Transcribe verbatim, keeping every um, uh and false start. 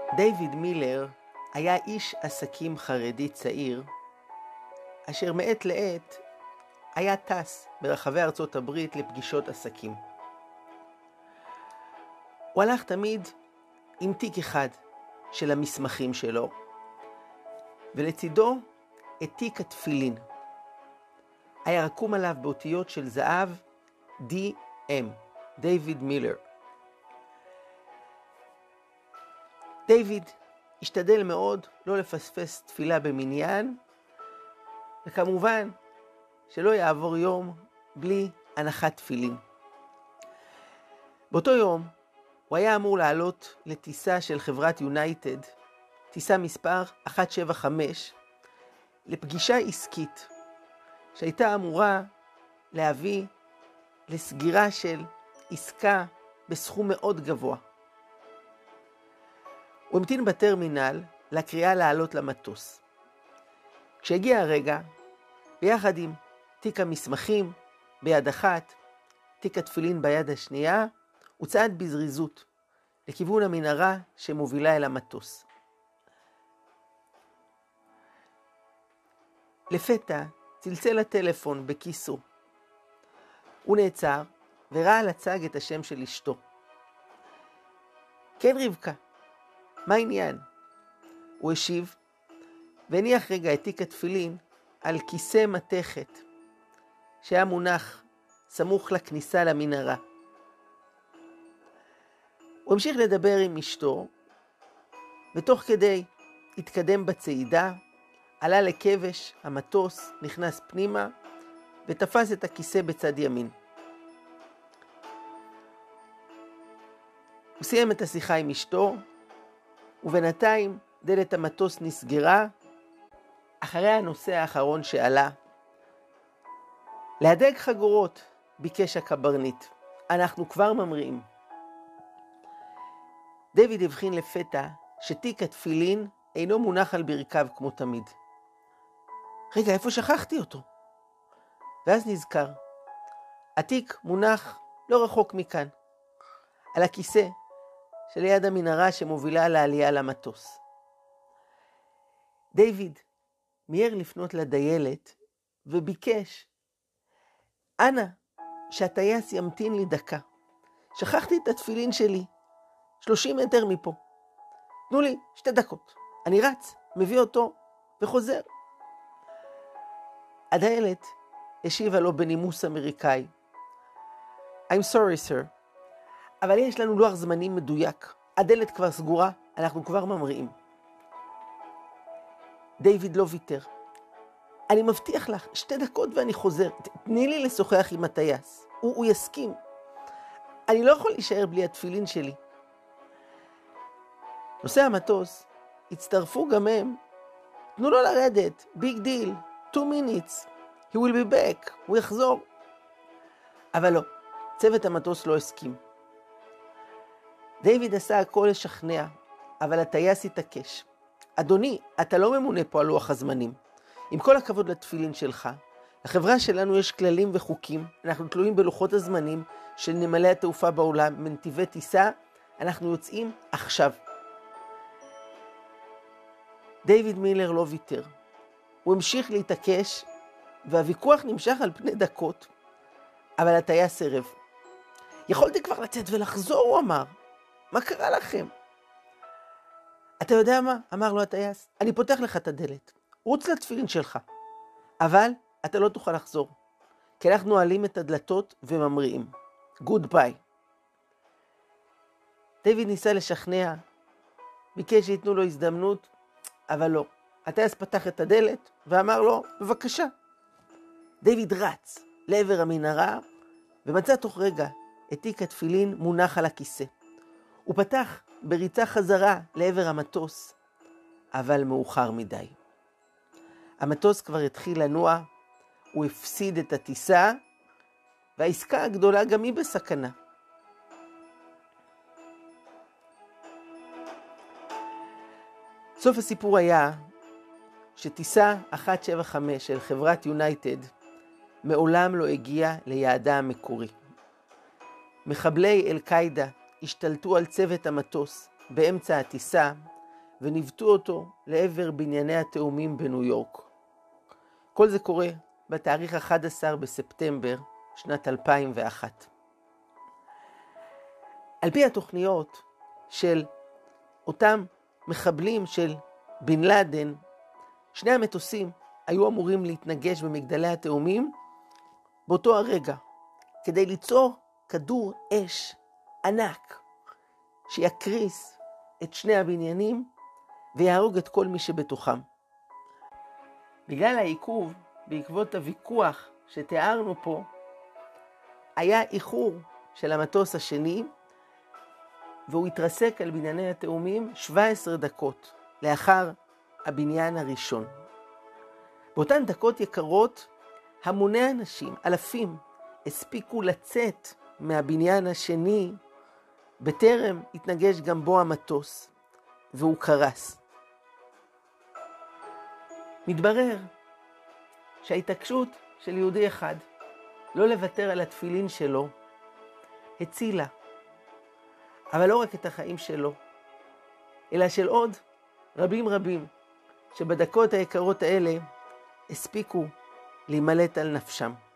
דיוויד מילר היה איש עסקים חרדי צעיר, אשר מעת לעת היה טס ברחבי ארצות הברית לפגישות עסקים. הוא הלך תמיד עם תיק אחד של המסמכים שלו, ולצידו את תיק התפילין. היה רקום עליו באותיות של זהב די אם, דיוויד מילר. דיוויד השתדל מאוד לא לפספס תפילה במניין, וכמובן שלא יעבור יום בלי הנחת תפילין. באותו יום הוא היה אמור לעלות לטיסה של חברת יונייטד, טיסה מספר אחת שבע חמש, לפגישה עסקית שהייתה אמורה להביא לסגירה של עסקה בסכום מאוד גבוה. הוא המתין בטרמינל לקריאה לעלות למטוס. כשהגיע הרגע, ביחד עם תיק המסמכים ביד אחת, תיק התפילין ביד השנייה, הוא צעד בזריזות לכיוון המנהרה שמובילה אל המטוס. לפתע צלצל הטלפון בכיסו. הוא נעצר וראה על הצג את השם של אשתו. כן רבקה, מה העניין? הוא השיב והניח רגע את תיק התפילין על כיסא מתכת שהיה מונח סמוך לכניסה למנהרה. הוא המשיך לדבר עם אשתו, ותוך כדי התקדם בצעידה, עלה לכבש המטוס, נכנס פנימה ותפס את הכיסא בצד ימין. הוא סיים את השיחה עם אשתו, ובינתיים דלת המטוס נסגרה. אחרי הנושא האחרון שעלה, להדק חגורות, ביקש הקברניט. אנחנו כבר ממריאים. דיוויד הבחין לפתע שתיק התפילין אינו מונח על ברכיו כמו תמיד. רגע, איפה שכחתי אותו? ואז נזכר. התיק מונח לא רחוק מכאן, על הכיסא שליד המנהרה שמובילה לעלייה למטוס. דיוויד מיהר לפנות לדיילת וביקש, אנא, שהטייס ימתין לי דקה. שכחתי את התפילין שלי, שלושים מטר מפה. תנו לי שתי דקות. אני רץ, מביא אותו וחוזר. הדיילת השיבה לו בנימוס אמריקאי. I'm sorry, sir. אבל יש לנו לוח זמנים מדויק. הדלת כבר סגורה, אנחנו כבר ממריאים. דיוויד לא ויתר. אני מבטיח לך, שתי דקות ואני חוזר. תני לי לשוחח עם הטייס. הוא, הוא יסכים. אני לא יכול להישאר בלי התפילין שלי. נוסעי המטוס הצטרפו גם הם. תנו לו לרדת. ביג דיל. two minutes. He will be back. הוא יחזור. אבל לא. צוות המטוס לא הסכים. דיוויד עשה הכל לשכנע, אבל הטייס התעקש. אדוני, אתה לא ממונה פה על לוח הזמנים. עם כל הכבוד לתפילין שלך, לחברה שלנו יש כללים וחוקים, אנחנו תלויים בלוחות הזמנים של נמלי התעופה בעולם, מנתיבי טיסה, אנחנו יוצאים עכשיו. דיוויד מילר לא ויתר. הוא המשיך להתעקש, והוויכוח נמשך על פני דקות, אבל הטייס סירב. יכולתי כבר לצאת ולחזור, הוא אמר. מה קרה לכם? אתה יודע מה? אמר לו הטייס. אני פותח לך את הדלת. רוץ לתפילין שלך. אבל אתה לא תוכל לחזור. כי אנחנו נועלים את הדלתות וממריאים. גוד ביי. דיוויד ניסה לשכנע. ביקש שיתנו לו הזדמנות, אבל לא. הטייס פתח את הדלת ואמר לו, בבקשה. דיוויד רץ לעבר המנהרה, ומצא תוך רגע את תיק התפילין מונח על הכיסא. הוא פתח בריצה חזרה לעבר המטוס, אבל מאוחר מדי. המטוס כבר התחיל לנוע, הוא הפסיד את הטיסה, והעסקה הגדולה גם היא בסכנה. סוף הסיפור היה שטיסה אחת שבע חמש של חברת יונייטד מעולם לא הגיעה ליעדה המקורי. מחבלי אל-קאידה השתלטו על צוות המטוס באמצע הטיסה וניווטו אותו לעבר בנייני התאומים בניו יורק. כל זה קורה בתאריך אחד עשר בספטמבר שנת אלפיים ואחת. על פי התוכניות של אותם מחבלים של בן לאדן, שני המטוסים היו אמורים להתנגש במגדלי התאומים באותו הרגע, כדי ליצור כדור אש ענק שיקריס את שני הבניינים ויהרוג את כל מי שבתוכם. בגלל העיכוב, בעקבות הוויכוח שתיארנו פה, היה איחור של המטוס השני, והוא התרסק על בנייני התאומים שבע עשרה דקות לאחר הבניין הראשון. באותן דקות יקרות, המוני אנשים, אלפים, הספיקו לצאת מהבניין השני, בטרם התנגש גם בו המטוס, והוא קרס. מתברר שההתעקשות של יהודי אחד לא לוותר על התפילין שלו, הצילה, אבל לא רק את החיים שלו, אלא של עוד רבים רבים, שבדקות היקרות האלה הספיקו להימלט על נפשם.